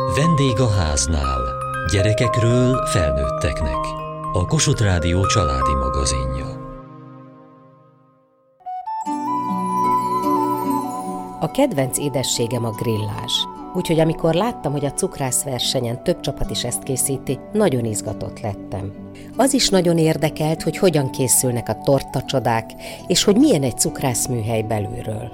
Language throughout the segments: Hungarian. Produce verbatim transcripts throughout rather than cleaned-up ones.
Vendég a háznál. Gyerekekről felnőtteknek. A Kossuth Rádió családi magazinja. A kedvenc édességem a grillás. Úgyhogy amikor láttam, hogy a cukrászversenyen több csapat is ezt készíti, nagyon izgatott lettem. Az is nagyon érdekelt, hogy hogyan készülnek a tortacsodák, és hogy milyen egy cukrászműhely belülről.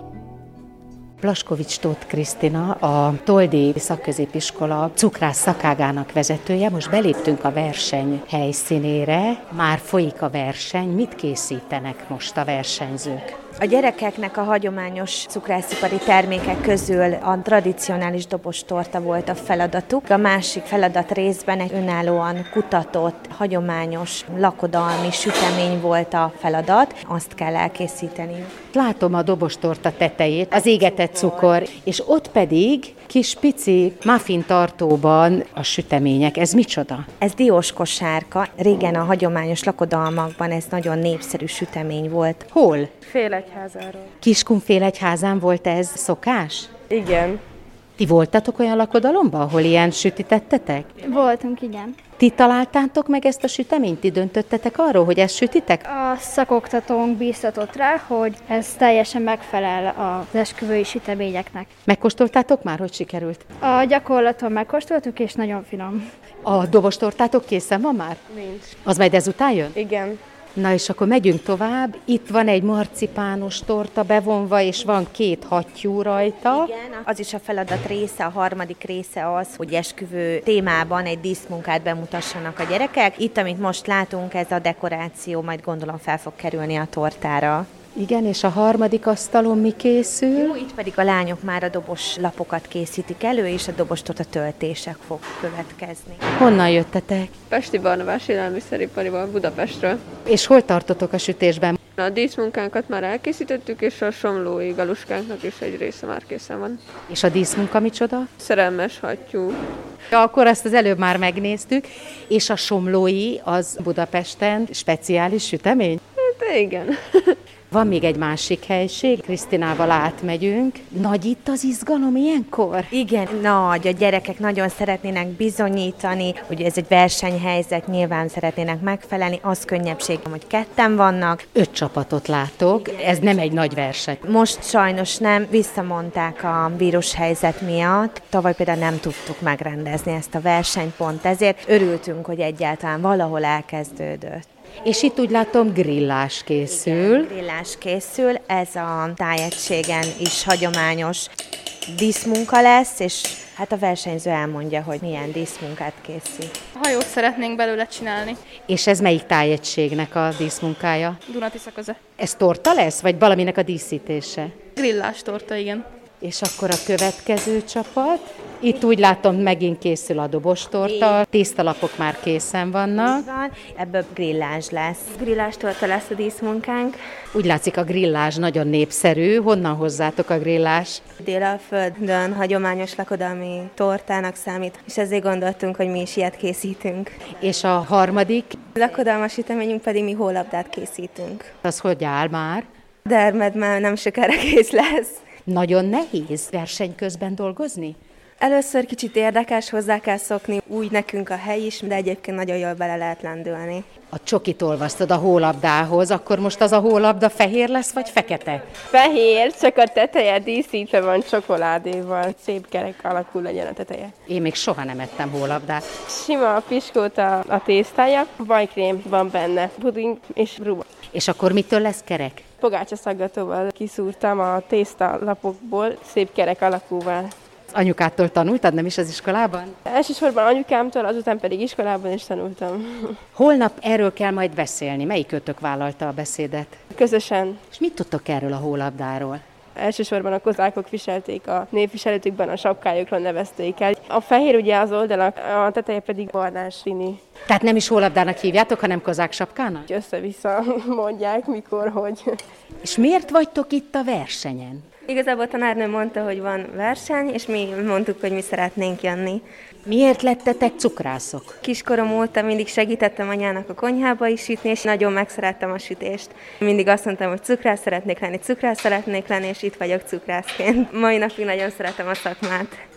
Blaskovics Tóth Krisztina, a Toldi Szakközépiskola cukrász szakágának vezetője. Most beléptünk a verseny helyszínére, már folyik a verseny. Mit készítenek most a versenyzők? A gyerekeknek a hagyományos cukrászipari termékek közül a tradicionális dobostorta volt a feladatuk. A másik feladat részben egy önállóan kutatott, hagyományos lakodalmi sütemény volt a feladat. Azt kell elkészíteni. Látom a dobostorta tetejét, az égetett cukor, és ott pedig kis pici muffin tartóban a sütemények. Ez micsoda? Ez dióskosárka. Régen a hagyományos lakodalmakban ez nagyon népszerű sütemény volt. Hol? Félegyházáról. Kiskunfélegyházán volt ez szokás? Igen. Ti voltatok olyan lakodalomban, ahol ilyen sütítettetek? Voltunk, igen. Ti találtátok meg ezt a süteményt? Ti döntöttetek arról, hogy ezt sütitek? A szakoktatónk bíztatott rá, hogy ez teljesen megfelel az esküvői süteményeknek. Megkóstoltátok már, hogy sikerült? A gyakorlaton megkóstoltuk, és nagyon finom. A dobostortátok készen van már? Nincs. Az majd ezután jön? Igen. Na és akkor megyünk tovább. Itt van egy marcipános torta bevonva, és van két hattyú rajta. Igen, az is a feladat része, a harmadik része az, hogy esküvő témában egy díszmunkát bemutassanak a gyerekek. Itt, amit most látunk, ez a dekoráció, majd gondolom fel fog kerülni a tortára. Igen, és a harmadik asztalon mi készül? Jó, itt pedig a lányok már a dobos lapokat készítik elő, és a dobostorta töltések fog következni. Honnan jöttetek? Pesti Barnabás élelmiszeripariban Budapestről. És hol tartotok a sütésben? A díszmunkánkat már elkészítettük, és a somlói galuskánknak is egy része már készen van. És a díszmunka micsoda? Szerelmes hattyú. Ja, akkor azt az előbb már megnéztük. És a somlói az Budapesten speciális sütemény? Hát igen. Van még egy másik helység, Krisztinával átmegyünk. Nagy itt az izgalom ilyenkor? Igen, nagy. A gyerekek nagyon szeretnének bizonyítani, hogy ez egy versenyhelyzet, nyilván szeretnének megfelelni. Az könnyebbség, hogy ketten vannak. Öt csapatot látok, ez nem egy nagy verseny. Most sajnos nem, visszamondták a vírushelyzet miatt. Tavaly például nem tudtuk megrendezni ezt a versenyt, pont ezért örültünk, hogy egyáltalán valahol elkezdődött. És itt úgy látom, grillás készül. Igen, grillás készül, ez a tájegységen is hagyományos díszmunka lesz, és hát a versenyző elmondja, hogy milyen díszmunkát készít. Hajót szeretnénk belőle csinálni. És ez melyik tájegységnek a díszmunkája? Dunatiszaköze. Ez torta lesz, vagy valaminek a díszítése? Grillás torta, igen. És akkor a következő csapat. Itt úgy látom, megint készül a dobostorta, tésztalapok már készen vannak. Van, ebből grillás lesz. Grillás torta lesz a díszmunkánk. Úgy látszik, a grillás nagyon népszerű. Honnan hozzátok a grillás? Délalföldön hagyományos lakodalmi tortának számít, és ezért gondoltunk, hogy mi is ilyet készítünk. És a harmadik? Lakodalmas süteményünk pedig mi hólabdát készítünk. Az hogy áll már? Dermed már nem sokára kész lesz. Nagyon nehéz verseny közben dolgozni? Először kicsit érdekes, hozzá kell szokni, úgy nekünk a hely is, de egyébként nagyon jól bele lehet lendülni. A csokit olvasztod a hólabdához, akkor most az a hólabda fehér lesz, vagy fekete? Fehér, csak a teteje díszítve van csokoládéval. Szép kerek alakú legyen a teteje. Én még soha nem ettem hólabdát. Sima a piskóta a tésztája, vajkrém van benne, puding és ruba. És akkor mitől lesz kerek? Pogácsaszaggatóval kiszúrtam a tésztalapokból, szép kerek alakúval. Anyukától tanultad, nem is az iskolában? Elsősorban anyukámtól, azután pedig iskolában is tanultam. Holnap erről kell majd beszélni. Melyik kötök vállalta a beszédet? Közösen. És mit tudtok erről a hólabdáról? Elsősorban a kozákok viselték, a népviseletükben a sapkájukról nevezték el. A fehér ugye az oldalak, a teteje pedig barnás színi. Tehát nem is hólabdának hívjátok, hanem kozák sapkának? Össze-vissza mondják, mikor, hogy. És miért vagytok itt a versenyen? Igazából a tanárnő mondta, hogy van verseny, és mi mondtuk, hogy mi szeretnénk jönni. Miért lettetek cukrászok? Kiskorom óta mindig segítettem anyának a konyhába is sütni, és nagyon megszerettem a sütést. Mindig azt mondtam, hogy cukrász szeretnék lenni, cukrász szeretnék lenni, és itt vagyok cukrászként. Mai napig nagyon szeretem a szakmát.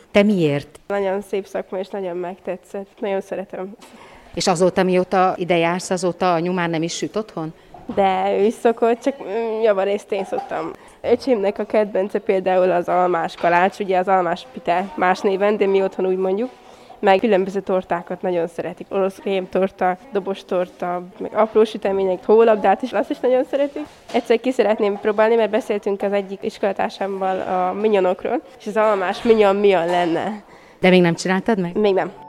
Te miért? Nagyon szép szakma, és nagyon megtetszett. Nagyon szeretem. És azóta, mióta ide jársz, azóta anyu már nem is süt otthon? De ő is szokott, csak javarészt én szoktam. Öcsémnek a kedvence például az almás kalács, ugye az almás pite más néven, de mi otthon úgy mondjuk. Meg különböző tortákat nagyon szeretik. Orosz kémtorta, dobostorta, meg apró sütemények, hólabdát is, azt is nagyon szeretik. Egyszer ki szeretném próbálni, mert beszéltünk az egyik iskolatársammal a minyonokról, és az almás minyon milyen lenne. De még nem csináltad meg? Még nem.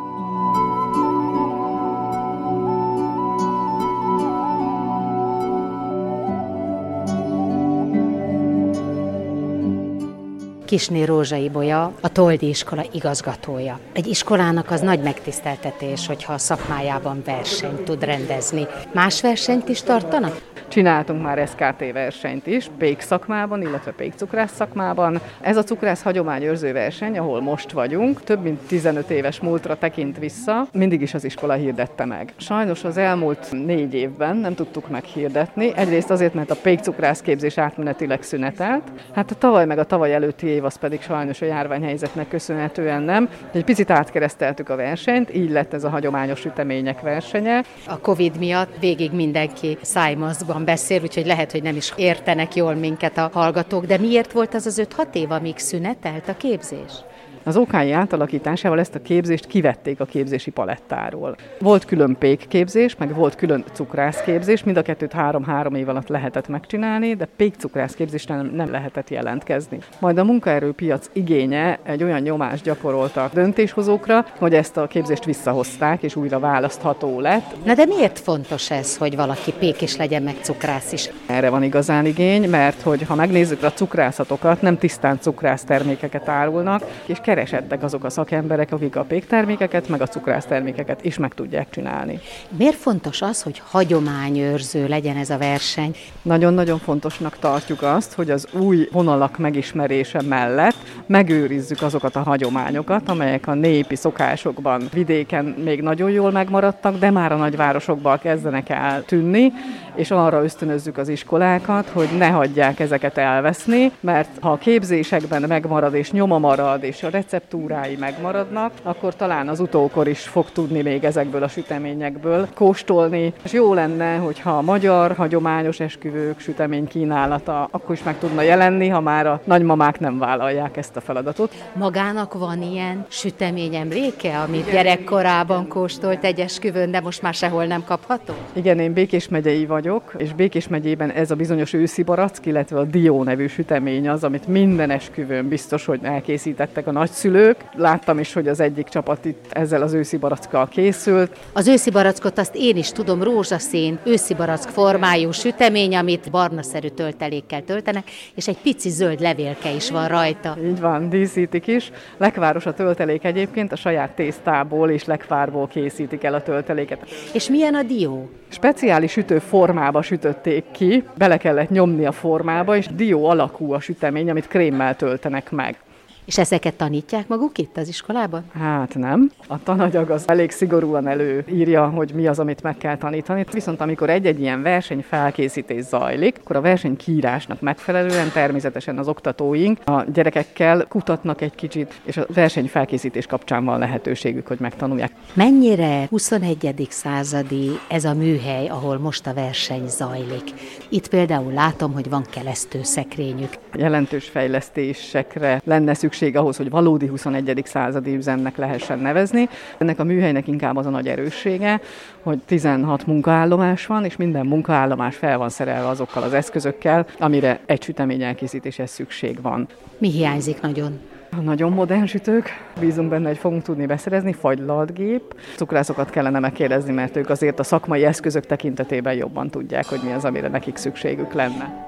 Kisné Rózsa Ibolya, a Toldi iskola igazgatója. Egy iskolának az nagy megtiszteltetés, hogyha a szakmájában versenyt tud rendezni. Más versenyt is tartanak? Csináltunk már es ká té versenyt is, pék szakmában, illetve pékcukrász szakmában. Ez a cukrász hagyományőrző verseny, ahol most vagyunk, több mint tizenöt éves múltra tekint vissza, mindig is az iskola hirdette meg. Sajnos az elmúlt négy évben nem tudtuk meghirdetni, egyrészt azért, mert a pékcukrász képzés átmenetileg szünetelt, hát a tavaly meg a tavaly előtti év az pedig sajnos a járványhelyzetnek köszönhetően nem. Egy picit átkereszteltük a versenyt, így lett ez a hagyományos sütemények versenye. A Covid miatt végig mindenki szájmaszkban beszél, úgyhogy lehet, hogy nem is értenek jól minket a hallgatók, de miért volt az az öt-hat év, amíg szünetelt a képzés? Az ó ká i átalakításával ezt a képzést kivették a képzési palettáról. Volt külön pékképzés, meg volt külön cukrászképzés, mind a kettőt három-három év alatt lehetett megcsinálni, de pékcukrászképzésre nem, nem lehetett jelentkezni. Majd a munkaerőpiac igénye egy olyan nyomást gyakorolta a döntéshozókra, hogy ezt a képzést visszahozták, és újra választható lett. Na de miért fontos ez, hogy valaki pék is legyen, meg cukrász is? Erre van igazán igény, mert hogy ha megnézzük a cukrászatokat, nem tisztán cukrász termékeket árulnak, és keresettek azok a szakemberek, akik a péktermékeket, meg a cukrásztermékeket is meg tudják csinálni. Miért fontos az, hogy hagyományőrző legyen ez a verseny? Nagyon-nagyon fontosnak tartjuk azt, hogy az új vonalak megismerése mellett megőrizzük azokat a hagyományokat, amelyek a népi szokásokban vidéken még nagyon jól megmaradtak, de már a nagyvárosokban kezdenek el tűnni, és arra ösztönözzük az iskolákat, hogy ne hagyják ezeket elveszni, mert ha a képzésekben megmarad és nyoma marad, és a receptúrái megmaradnak, akkor talán az utókor is fog tudni még ezekből a süteményekből kóstolni. És jó lenne, hogyha a magyar hagyományos esküvők sütemény kínálata akkor is meg tudna jelenni, ha már a nagymamák nem vállalják ezt a feladatot. Magának van ilyen sütemény emléke, amit gyerekkorában kóstolt egy esküvőn, de most már sehol nem kapható? Igen, én Békés megyei vagyok, és Békés megyében ez a bizonyos őszi barack, illetve a dió nevű sütemény az, amit minden esküvőn biztos, hogy elkészítettek a nagyszülők. Láttam is, hogy az egyik csapat itt ezzel az őszi barackkal készült. Az őszi barackot azt én is tudom, rózsaszín, őszi barack formájú sütemény, amit barnaszerű töltelékkel töltenek, és egy pici zöld levélke is van rajta. Így van, díszítik is. Lekváros a töltelék egyébként, a saját tésztából és lekvárból készítik el a tölteléket. És milyen a dió? Speciális sütő formába sütötték ki, bele kellett nyomni a formába, és dió alakú a sütemény, amit krémmel töltenek meg. És ezeket tanítják maguk itt az iskolában? Hát nem. A tananyag az elég szigorúan előírja, hogy mi az, amit meg kell tanítani. Viszont amikor egy-egy ilyen verseny felkészítés zajlik, akkor a verseny kiírásnak megfelelően természetesen az oktatóink a gyerekekkel kutatnak egy kicsit, és a verseny felkészítés kapcsán van lehetőségük, hogy megtanulják. Mennyire huszonegyedik századi ez a műhely, ahol most a verseny zajlik? Itt például látom, hogy van keresztőszekrényük. Jelentős fejlesztésekre lenne szükség ahhoz, hogy valódi huszonegyedik századi üzemnek lehessen nevezni. Ennek a műhelynek inkább az a nagy erőssége, hogy tizenhat munkaállomás van, és minden munkaállomás fel van szerelve azokkal az eszközökkel, amire egy sütemény elkészítéshez szükség van. Mi hiányzik nagyon? Nagyon modern sütők, bízunk benne, hogy fogunk tudni beszerezni, fagylaltgép. Cukrászokat kellene megkérdezni, mert ők azért a szakmai eszközök tekintetében jobban tudják, hogy mi az, amire nekik szükségük lenne.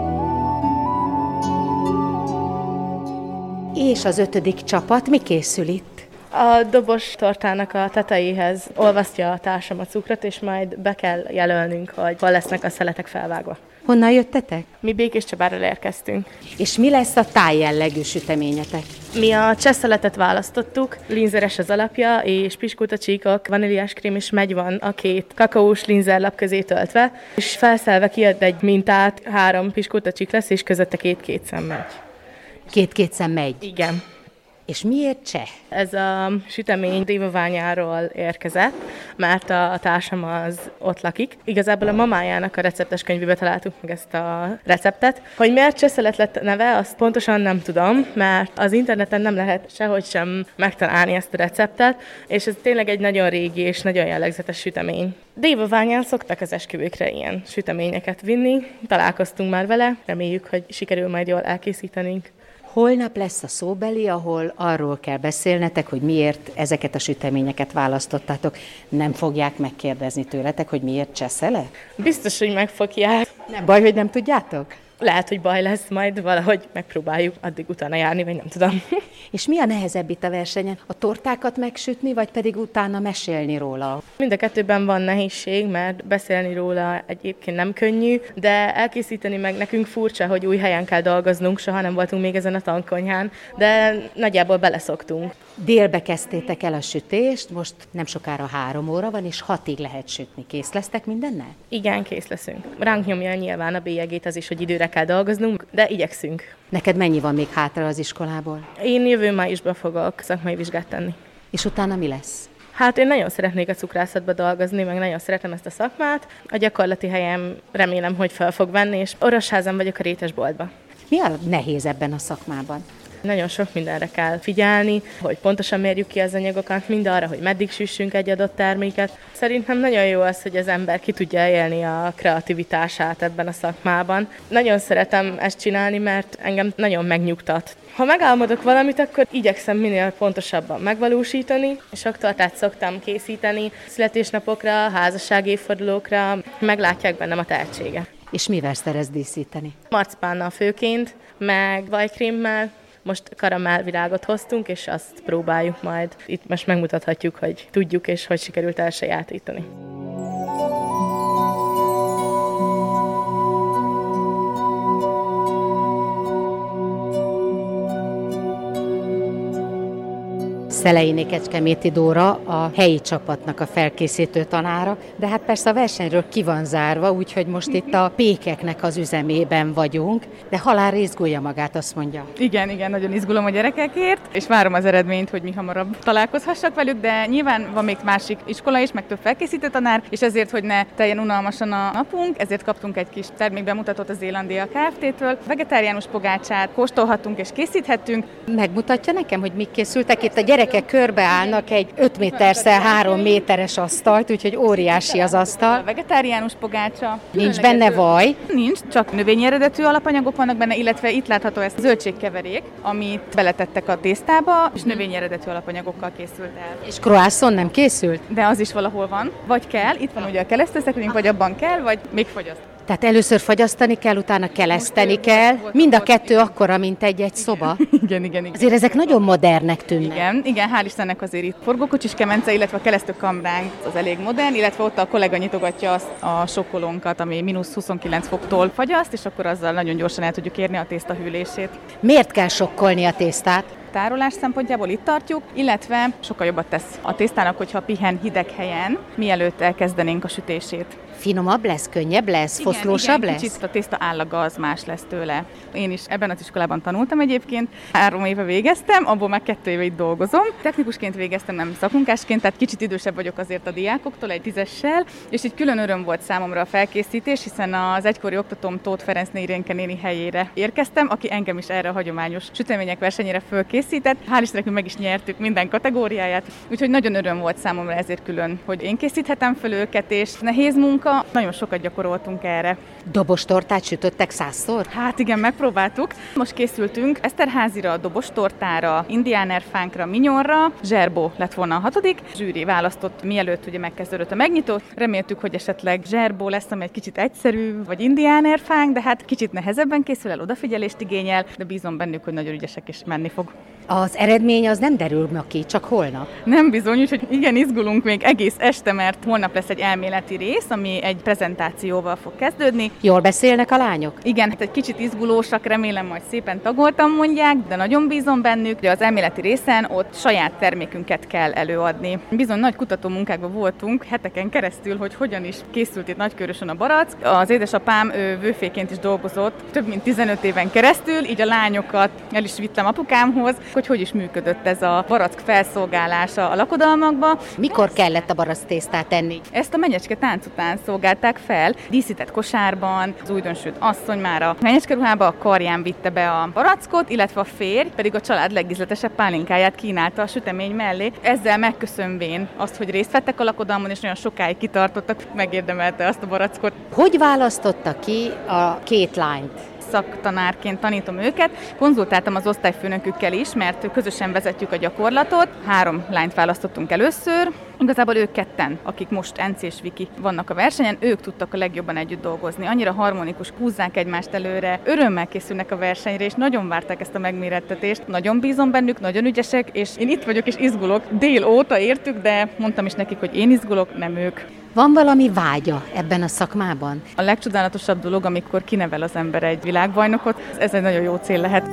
És az ötödik csapat mi készül itt? A dobos tortának a tetejéhez olvasztja a társam a cukrot, és majd be kell jelölnünk, hogy hol lesznek a szeletek felvágva. Honnan jöttetek? Mi Békés Csabáról érkeztünk. És mi lesz a tájjellegű süteményetek? Mi a cseszeletet választottuk, linzeres az alapja, és piskulta csíkok, vaníliás krém és megy van a két kakaós linzerlap közé töltve, és felszelve kiad egy mintát, három piskulta csík lesz, és közötte két-két szem megy. Két-két szem megy? Igen. És miért cseh? Ez a sütemény Dévaványáról érkezett, mert a társam az ott lakik. Igazából a mamájának a receptes könyvébe találtuk meg ezt a receptet. Hogy miért cseszelet lett a neve, azt pontosan nem tudom, mert az interneten nem lehet sehogy sem megtalálni ezt a receptet, és ez tényleg egy nagyon régi és nagyon jellegzetes sütemény. Dévaványán szoktak az esküvőkre ilyen süteményeket vinni, találkoztunk már vele, reméljük, hogy sikerül majd jól elkészítenünk. Holnap lesz a szóbeli, ahol arról kell beszélnetek, hogy miért ezeket a süteményeket választottátok. Nem fogják megkérdezni tőletek, hogy miért cseszele? Biztos, hogy megfogják. Nem baj, hogy nem tudjátok? Lehet, hogy baj lesz, majd valahogy megpróbáljuk addig utána járni, vagy nem tudom. És mi a nehezebb itt a versenyen? A tortákat megsütni, vagy pedig utána mesélni róla? Mind a kettőben van nehézség, mert beszélni róla egyébként nem könnyű, de elkészíteni meg nekünk furcsa, hogy új helyen kell dolgoznunk, soha nem voltunk még ezen a tankonyhán, de nagyjából beleszoktunk. Délbe kezdtétek el a sütést, most nem sokára három óra van, és hatig lehet sütni. Kész lesztek mindennel? Igen, kész leszünk. Ránk nyomja nyilván a bélyegét az is, hogy időre kell dolgoznunk, de igyekszünk. Neked mennyi van még hátra az iskolából? Én jövő májusban fogok szakmai vizsgát tenni. És utána mi lesz? Hát én nagyon szeretnék a cukrászatba dolgozni, meg nagyon szeretem ezt a szakmát. A gyakorlati helyem remélem, hogy fel fog venni, és Orosházan vagyok a rétesboltban. Mi a nehéz ebben a szakmában? Nagyon sok mindenre kell figyelni, hogy pontosan mérjük ki az anyagokat, mind arra, hogy meddig süssünk egy adott terméket. Szerintem nagyon jó az, hogy az ember ki tudja élni a kreativitását ebben a szakmában. Nagyon szeretem ezt csinálni, mert engem nagyon megnyugtat. Ha megálmodok valamit, akkor igyekszem minél pontosabban megvalósítani. Sok tortát szoktam készíteni születésnapokra, házasságévfordulókra, meglátják bennem a tehetséget. És mivel szeretsz díszíteni? Marcipánnal főként, meg vajkrémmel. Most karamellvirágot hoztunk, és azt próbáljuk majd. Itt most megmutathatjuk, hogy tudjuk, és hogy sikerült elsajátítani. Szelejné Kecskeméti Dóra, a helyi csapatnak a felkészítő tanára, de hát persze a versenyről ki van zárva, úgyhogy most itt a pékeknek az üzemében vagyunk, de halálra izgulja magát, azt mondja. Igen, igen, nagyon izgulom a gyerekekért, és várom az eredményt, hogy mi hamarabb találkozhassak velük, de nyilván van még másik iskola is, meg több felkészítő tanár, és ezért, hogy ne teljen unalmasan a napunk, ezért kaptunk egy kis termékbemutatót az Zélandia Kft-től. Vegetáriánus pogácsát kóstolhattunk és készíthettünk. Megmutatja nekem, hogy mik készültek itt a gyerekek? Körbeállnak egy öt méterszer három méteres asztalt, úgyhogy óriási az asztal. A vegetáriánus pogácsa. Nincs benne vaj? Nincs, csak növényi eredetű alapanyagok vannak benne, illetve itt látható ez a zöldségkeverék, amit beletettek a tésztába, és növényi eredetű alapanyagokkal készült el. És croissant nem készült? De az is valahol van. Vagy kell, itt van ugye a keresztőszekrényünk, vagy abban kell, vagy még fogyaszt. Tehát először fagyasztani kell, utána keleszteni kell. Mind a kettő akkora, mint egy-egy szoba. Igen, igen, igen. Azért ezek nagyon modernek tűnnek. Igen, igen, hál' Istennek azért itt forgókocsis kemence, illetve a kelesztőkamránk az elég modern, illetve ott a kollega nyitogatja azt a sokkolónkat, ami mínusz huszonkilenc foktól fagyaszt, és akkor azzal nagyon gyorsan el tudjuk érni a tészta hűlését. Miért kell sokkolni a tésztát? Tárolás szempontjából itt tartjuk, illetve sokkal jobbat tesz a tésztának, hogyha pihen hideg helyen, mielőtt elkezdenénk a sütését. Finomabb lesz, könnyebb lesz, igen, foszlósabb igen, lesz? Kicsit a tészta állaga az más lesz tőle. Én is ebben az iskolában tanultam egyébként, három éve végeztem, abból már kettő éve itt dolgozom. Technikusként végeztem, nem szakmunkásként, tehát kicsit idősebb vagyok azért a diákoktól, egy tízessel, és így külön öröm volt számomra a felkészítés, hiszen az egykori oktatóm Tóth Ferencné Irénke néni helyére érkeztem, aki engem is erre a hagyományos sütemények versenyére fölkészített. Hál' Istennek meg is nyertük minden kategóriáját, úgyhogy nagyon öröm volt számomra ezért külön, hogy én készíthetem fel őket, és nehéz munka. Nagyon sokat gyakoroltunk erre. Dobostortát sütöttek százszor? Hát igen, megpróbáltuk. Most készültünk Eszterházira, dobostortára, indiánerfánkra, minyonra, zserbó lett volna a hatodik. Zsűri választott, mielőtt ugye megkezdődött a megnyitó. Reméltük, hogy esetleg zserbó lesz, ami egy kicsit egyszerű, vagy indiánerfánk, de hát kicsit nehezebben készül el, odafigyelést igényel, de bízom bennük, hogy nagyon ügyesek és menni fog. Az eredmény az nem derül ma ki, csak holnap. Nem bizony, úgyhogy igen, izgulunk még egész este, mert holnap lesz egy elméleti rész, ami egy prezentációval fog kezdődni. Jól beszélnek a lányok? Igen, hát egy kicsit izgulósak, remélem majd szépen tagoltan mondják, de nagyon bízom bennük, de az elméleti részen ott saját termékünket kell előadni. Bizony nagy kutatómunkákban voltunk heteken keresztül, hogy hogyan is készült itt Nagykőrösön a barack. Az édesapám ő vőféként is dolgozott több mint tizenöt éven keresztül, így a lányokat el is vittem apukámhoz, hogy hogy is működött ez a barack felszolgálása a lakodalmakba. Mikor kellett a baracktésztát enni? Ezt a menyecske tánc után szolgálták fel, díszített kosárban, az újdonsült asszony már a menyecske ruhába a karján vitte be a barackot, illetve a férj pedig a család legízletesebb pálinkáját kínálta a sütemény mellé. Ezzel megköszönvén azt, hogy részt vettek a lakodalmon, és nagyon sokáig kitartottak, megérdemelte azt a barackot. Hogy választotta ki a két lányt? Szaktanárként tanítom őket. Konzultáltam az osztályfőnökükkel is, mert közösen vezetjük a gyakorlatot. Három lányt választottunk először. Igazából ők ketten, akik most Enci és Viki vannak a versenyen, ők tudtak a legjobban együtt dolgozni. Annyira harmonikus, húzzák egymást előre, örömmel készülnek a versenyre, és nagyon várták ezt a megmérettetést. Nagyon bízom bennük, nagyon ügyesek, és én itt vagyok és izgulok. Dél óta értük, de mondtam is nekik, hogy én izgulok, nem ők. Van valami vágya ebben a szakmában? A legcsodálatosabb dolog, amikor kinevel az ember egy világbajnokot, ez egy nagyon jó cél lehet.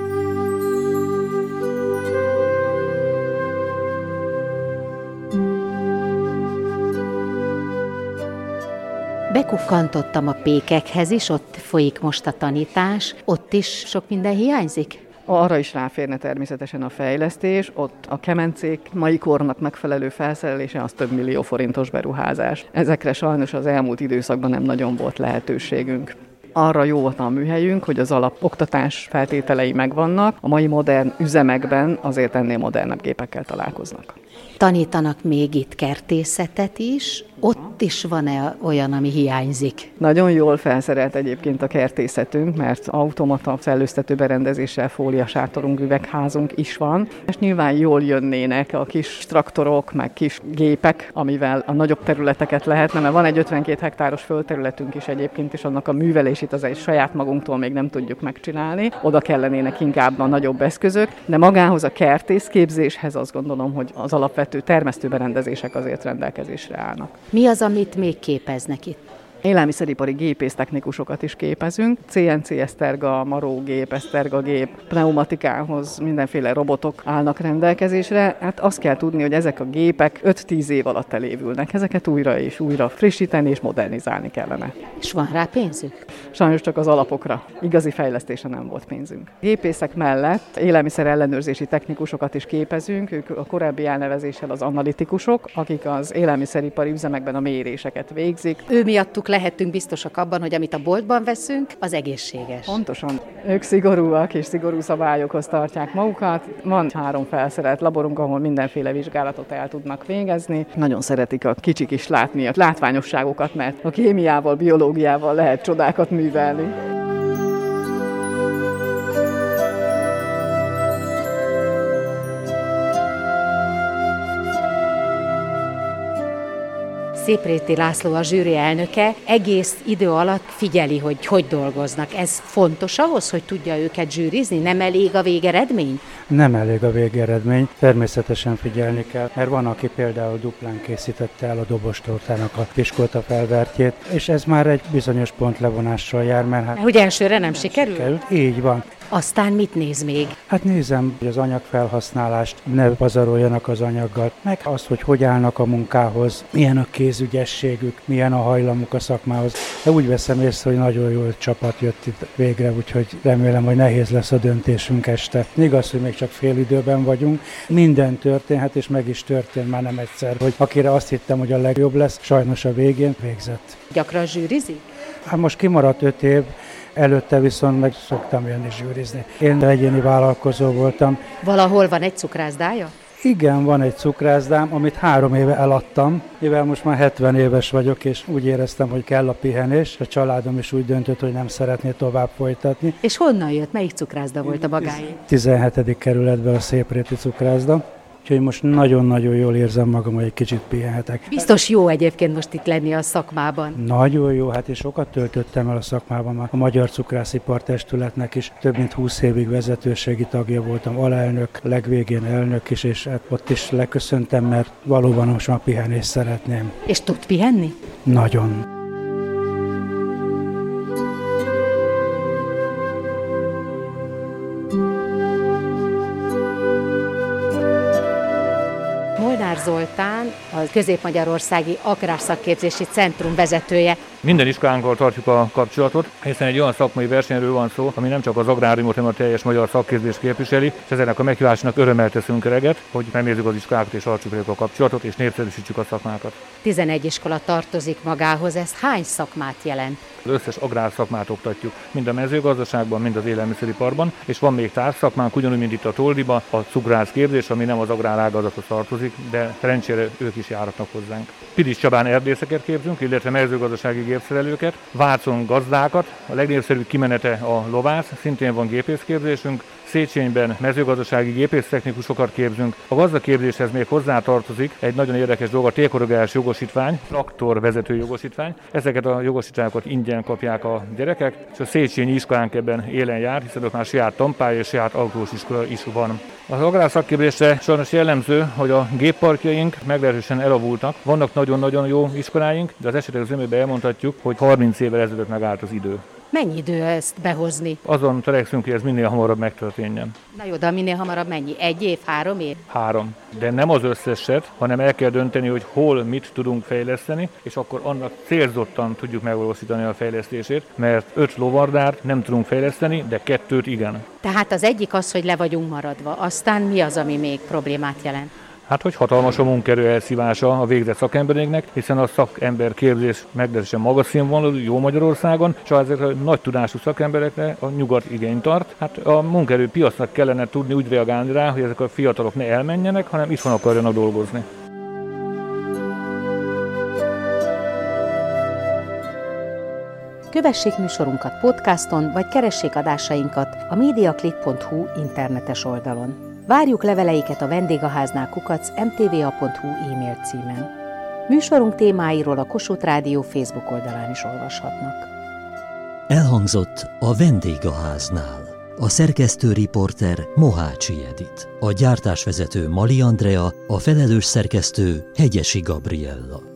Bekukkantottam a pékekhez is, ott folyik most a tanítás, ott is sok minden hiányzik? Arra is ráférne természetesen a fejlesztés, ott a kemencék mai kornak megfelelő felszerelése az több millió forintos beruházás. Ezekre sajnos az elmúlt időszakban nem nagyon volt lehetőségünk. Arra jó volt a műhelyünk, hogy az alapoktatás feltételei megvannak, a mai modern üzemekben azért ennél modernebb gépekkel találkoznak. Tanítanak még itt kertészetet is, ott is van-e olyan, ami hiányzik? Nagyon jól felszerelt egyébként a kertészetünk, mert automata szellőztető berendezéssel fóliasátorunk, üvegházunk is van, és nyilván jól jönnének a kis traktorok, meg kis gépek, amivel a nagyobb területeket lehetne, mert van egy ötvenkét hektáros földterületünk is egyébként, és annak a művelését az egy saját magunktól még nem tudjuk megcsinálni. Oda kellenének inkább a nagyobb eszközök, de magához a kertészképzéshez azt gondolom, hogy az alapvető termesztőberendezések azért rendelkezésre állnak. Mi az, amit még képeznek itt? Élelmiszeripari gépésztechnikusokat is képezünk. cé en cé eszterga, marógép, esztergagép, pneumatikához mindenféle robotok állnak rendelkezésre. Hát azt kell tudni, hogy ezek a gépek öt-tíz év alatt elévülnek. Ezeket újra és újra frissíteni és modernizálni kellene. És van rá pénzük? Sajnos csak az alapokra. Igazi fejlesztésre nem volt pénzünk. Gépészek mellett élelmiszer ellenőrzési technikusokat is képezünk. Ők a korábbi elnevezéssel az analitikusok, akik az élelmiszeripari üzemekben a méréseket végzik. Ő miattuk lehetünk biztosak abban, hogy amit a boltban veszünk, az egészséges. Pontosan. Ők szigorúak és szigorú szabályokhoz tartják magukat. Van három felszerelt laborunk, ahol mindenféle vizsgálatot el tudnak végezni. Nagyon szeretik a kicsik is látni a látványosságokat, mert a kémiával, biológiával lehet csodákat művelni. Szépréti László a zsűri elnöke, egész idő alatt figyeli, hogy hogy dolgoznak. Ez fontos ahhoz, hogy tudja őket zsűrizni? Nem elég a végeredmény? Nem elég a végeredmény, természetesen figyelni kell, mert van, aki például duplán készítette el a dobostortának a piskolta felvertjét, és ez már egy bizonyos pont levonással jár, mert hát... Hogy elsőre nem sikerül? sikerült? Így van. Aztán mit néz még? Hát nézem, hogy az anyagfelhasználást ne pazaroljanak az anyaggal, meg azt, hogy hogy állnak a munkához, milyen a kézügyességük, milyen a hajlamuk a szakmához. De úgy veszem észre, hogy nagyon jó csapat jött itt végre, úgyhogy remélem, hogy nehéz lesz a döntésünk este. Igaz, hogy még csak fél időben vagyunk, minden történhet, és meg is történt már nem egyszer, hogy akire azt hittem, hogy a legjobb lesz, sajnos a végén végzett. Gyakran zsűrizik? Hát most kimaradt öt év, előtte viszont meg szoktam jönni zsűrizni. Én egyéni vállalkozó voltam. Valahol van egy cukrászdája? Igen, van egy cukrászdám, amit három éve eladtam, mivel most már hetven éves vagyok, és úgy éreztem, hogy kell a pihenés. A családom is úgy döntött, hogy nem szeretné tovább folytatni. És honnan jött? Melyik cukrászda volt a magáé? tizenhetedik kerületben a Szépréti cukrászda. úgyhogy most nagyon-nagyon jól érzem magam, hogy egy kicsit pihenhetek. Biztos jó egyébként most itt lenni a szakmában. Nagyon jó, hát és sokat töltöttem el a szakmában, a Magyar Cukrászipar Testületnek is több mint húsz évig vezetőségi tagja voltam, alelnök, legvégén elnök is, és hát ott is leköszöntem, mert valóban most már pihenést szeretném. És tud pihenni? Nagyon. Molnár Zoltán, a Közép-Magyarországi Agrárszakképzési Centrum vezetője. Minden iskolánkkal tartjuk a kapcsolatot, hiszen egy olyan szakmai versenyről van szó, ami nem csak az agráriumot, hanem a teljes magyar szakképzést képviseli, és ezenek a meghívásnak örömmel teszünk eleget, hogy megnézzük az iskolákat és tartsuk velük a kapcsolatot, és népszerűsítsük a szakmákat. tizenegy iskola tartozik magához, ez hány szakmát jelent? Az összes agrárszakmát oktatjuk, mind a mezőgazdaságban, mind az élelmiszeriparban, és van még társszakmánk, ugyanúgy, mint itt a Toldiba, a cukrászképzés, ami nem az agrárágazathoz tartozik, de szerencsére ők is járatnak hozzánk. Pilis Csabán erdészeket képzünk, illetve mezőgazdasági gépszerelőket, Vácon gazdákat, a legnépszerűbb kimenete a lovász, szintén van gépészképzésünk, Széchenyben mezőgazdasági gépésztechnikusokat képzünk. A gazdaképzéshez még hozzátartozik egy nagyon érdekes dolog, a térkorrigálás jogosítvány, traktorvezető jogosítvány. Ezeket a jogosítványokat ingyen kapják a gyerekek, és a Széchenyi iskolánk ebben élen jár, hiszen ott már saját tanpálya és saját autós iskola is van. Az agrárszakképzésre sajnos jellemző, hogy a gépparkjaink meglehetősen elavultak. Vannak nagyon-nagyon jó iskoláink, de az esetek zömében elmondhatjuk, hogy harminc évvel ezelőtt megállt az idő. Mennyi idő ezt behozni? Azon törekszünk, hogy ez minél hamarabb megtörténjen. Na jó, de minél hamarabb mennyi? Egy év, három év? Három. De nem az összeset, hanem el kell dönteni, hogy hol mit tudunk fejleszteni, és akkor annak célzottan tudjuk megvalósítani a fejlesztését, mert öt lovardárt nem tudunk fejleszteni, de kettőt igen. Tehát az egyik az, hogy le vagyunk maradva. Aztán mi az, ami még problémát jelent? Hát, hogy hatalmas a munkaerő elszívása a végzett szakemberéknek, hiszen a szakember képzés meglehetősen magas színvonalú, jó Magyarországon, és ezekre a nagy tudású szakemberekre a nyugat igényt tart. Hát a munkaerő piacnak kellene tudni úgy reagálni rá, hogy ezek a fiatalok ne elmenjenek, hanem itthon akarjanak dolgozni. Kövessék műsorunkat podcaston, vagy keressék adásainkat a mediaclick pont hu internetes oldalon. Várjuk leveleiket a vendégháznál kukac em té vé á pont hu e-mail címen. Műsorunk témáiról a Kossuth Rádió Facebook oldalán is olvashatnak. Elhangzott a Vendégháznál. A szerkesztő riporter Mohácsi Edit. A gyártásvezető Mali Andrea, a felelős szerkesztő Hegyesi Gabriella.